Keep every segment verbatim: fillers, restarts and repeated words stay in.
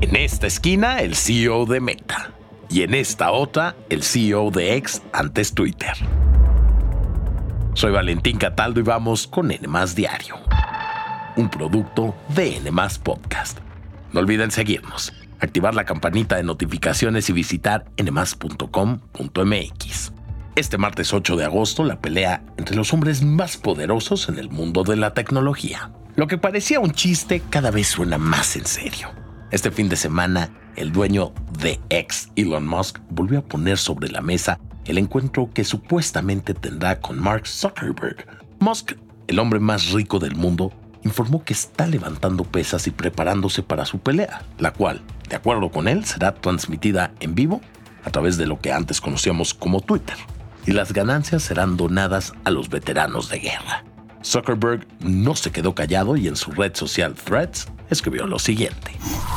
En esta esquina, el C E O de Meta. Y en esta otra, el C E O de X, antes Twitter. Soy Valentín Cataldo y vamos con N más Diario, un producto de N más Podcast. No olviden seguirnos, activar la campanita de notificaciones y visitar ene más punto com punto eme equis. Este martes ocho de agosto, la pelea entre los hombres más poderosos en el mundo de la tecnología. Lo que parecía un chiste cada vez suena más en serio. Este fin de semana, el dueño de X, Elon Musk, volvió a poner sobre la mesa el encuentro que supuestamente tendrá con Mark Zuckerberg. Musk, el hombre más rico del mundo, informó que está levantando pesas y preparándose para su pelea, la cual, de acuerdo con él, será transmitida en vivo a través de lo que antes conocíamos como Twitter, y las ganancias serán donadas a los veteranos de guerra. Zuckerberg no se quedó callado y en su red social Threads escribió lo siguiente.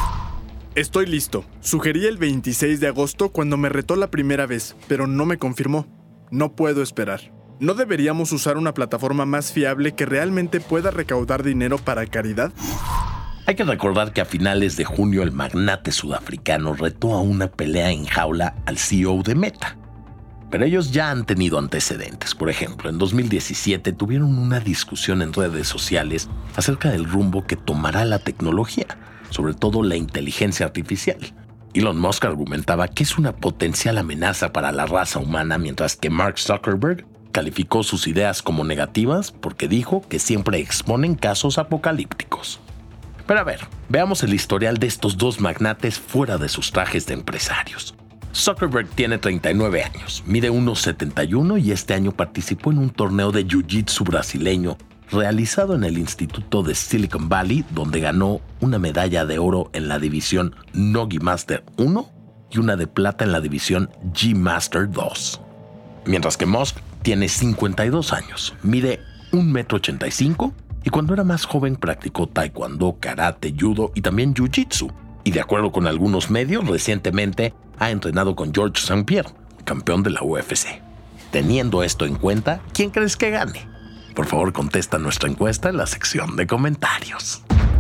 Estoy listo. Sugerí el veintiséis de agosto cuando me retó la primera vez, pero no me confirmó. No puedo esperar. ¿No deberíamos usar una plataforma más fiable que realmente pueda recaudar dinero para caridad? Hay que recordar que a finales de junio el magnate sudafricano retó a una pelea en jaula al C E O de Meta. Pero ellos ya han tenido antecedentes. Por ejemplo, en dos mil diecisiete tuvieron una discusión en redes sociales acerca del rumbo que tomará la tecnología, sobre todo la inteligencia artificial. Elon Musk argumentaba que es una potencial amenaza para la raza humana, mientras que Mark Zuckerberg calificó sus ideas como negativas porque dijo que siempre exponen casos apocalípticos. Pero a ver, veamos el historial de estos dos magnates fuera de sus trajes de empresarios. Zuckerberg tiene treinta y nueve años, mide uno setenta y uno y este año participó en un torneo de jiu-jitsu brasileño realizado en el Instituto de Silicon Valley, donde ganó una medalla de oro en la división Nogi Master uno y una de plata en la división G Master dos. Mientras que Musk tiene cincuenta y dos años, mide un metro ochenta y cinco y cuando era más joven practicó taekwondo, karate, judo y también jiu-jitsu. Y de acuerdo con algunos medios, recientemente ha entrenado con George Saint Pierre, campeón de la U F C. Teniendo esto en cuenta, ¿quién crees que gane? Por favor, contesta nuestra encuesta en la sección de comentarios.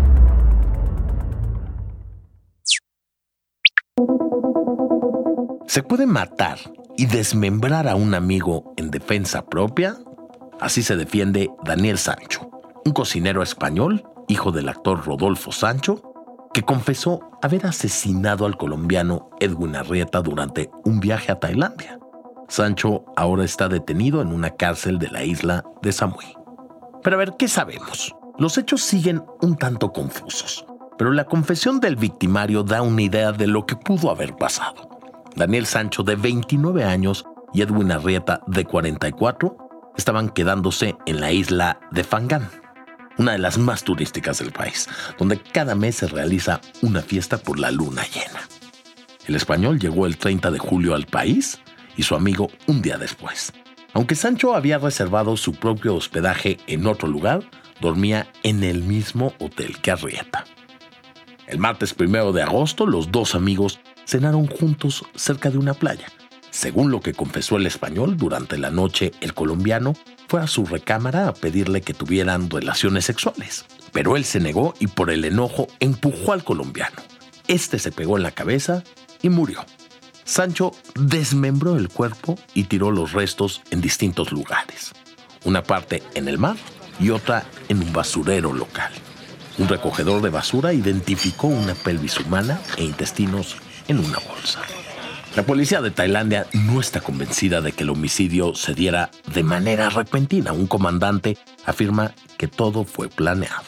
¿Se puede matar y desmembrar a un amigo en defensa propia? Así se defiende Daniel Sancho, un cocinero español, hijo del actor Rodolfo Sancho, que confesó haber asesinado al colombiano Edwin Arrieta durante un viaje a Tailandia. Sancho ahora está detenido en una cárcel de la isla de Samui. Pero a ver, ¿qué sabemos? Los hechos siguen un tanto confusos, pero la confesión del victimario da una idea de lo que pudo haber pasado. Daniel Sancho, de veintinueve años, y Edwin Arrieta, de cuarenta y cuatro, estaban quedándose en la isla de Fangan, una de las más turísticas del país, donde cada mes se realiza una fiesta por la luna llena. El español llegó el treinta de julio al país y su amigo un día después. Aunque Sancho había reservado su propio hospedaje en otro lugar, dormía en el mismo hotel que Arrieta. El martes primero de agosto, los dos amigos cenaron juntos cerca de una playa. Según lo que confesó el español, durante la noche el colombiano fue a su recámara a pedirle que tuvieran relaciones sexuales. Pero él se negó y por el enojo empujó al colombiano. Este se pegó en la cabeza y murió. Sancho desmembró el cuerpo y tiró los restos en distintos lugares. Una parte en el mar y otra en un basurero local. Un recogedor de basura identificó una pelvis humana e intestinos en una bolsa. La policía de Tailandia no está convencida de que el homicidio se diera de manera repentina. Un comandante afirma que todo fue planeado.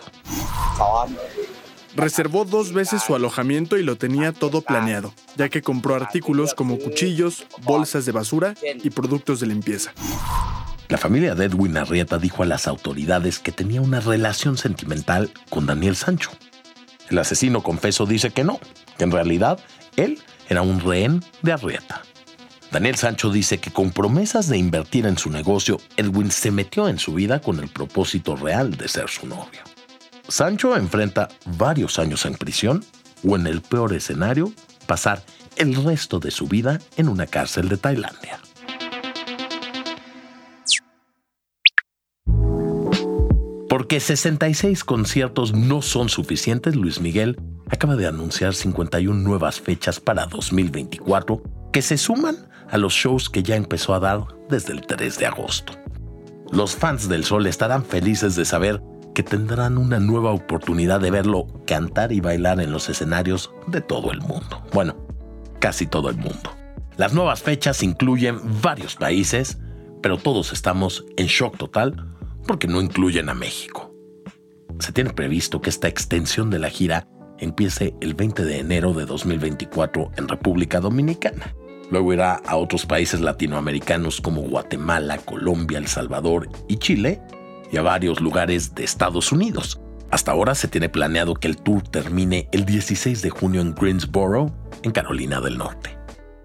Reservó dos veces su alojamiento y lo tenía todo planeado, ya que compró artículos como cuchillos, bolsas de basura y productos de limpieza. La familia de Edwin Arrieta dijo a las autoridades que tenía una relación sentimental con Daniel Sancho. El asesino confeso dice que no, que en realidad él era un rehén de Arrieta. Daniel Sancho dice que con promesas de invertir en su negocio, Edwin se metió en su vida con el propósito real de ser su novio. Sancho enfrenta varios años en prisión o, en el peor escenario, pasar el resto de su vida en una cárcel de Tailandia. ¿Por qué que sesenta y seis conciertos no son suficientes, Luis Miguel acaba de anunciar cincuenta y una nuevas fechas para dos mil veinticuatro que se suman a los shows que ya empezó a dar desde el tres de agosto. Los fans del Sol estarán felices de saber que tendrán una nueva oportunidad de verlo cantar y bailar en los escenarios de todo el mundo. Bueno, casi todo el mundo. Las nuevas fechas incluyen varios países, pero todos estamos en shock total porque no incluyen a México. Se tiene previsto que esta extensión de la gira empiece el veinte de enero de dos mil veinticuatro en República Dominicana. Luego irá a otros países latinoamericanos como Guatemala, Colombia, El Salvador y Chile, y a varios lugares de Estados Unidos. Hasta ahora se tiene planeado que el tour termine el dieciséis de junio en Greensboro, en Carolina del Norte.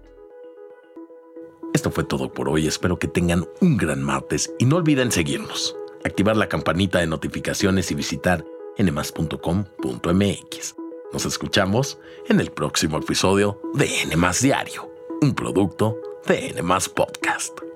Esto fue todo por hoy. Espero que tengan un gran martes y no olviden seguirnos, activar la campanita de notificaciones y visitar ene más punto com punto eme equis. Nos escuchamos en el próximo episodio de Ene Más Diario, un producto de Ene Más Podcast.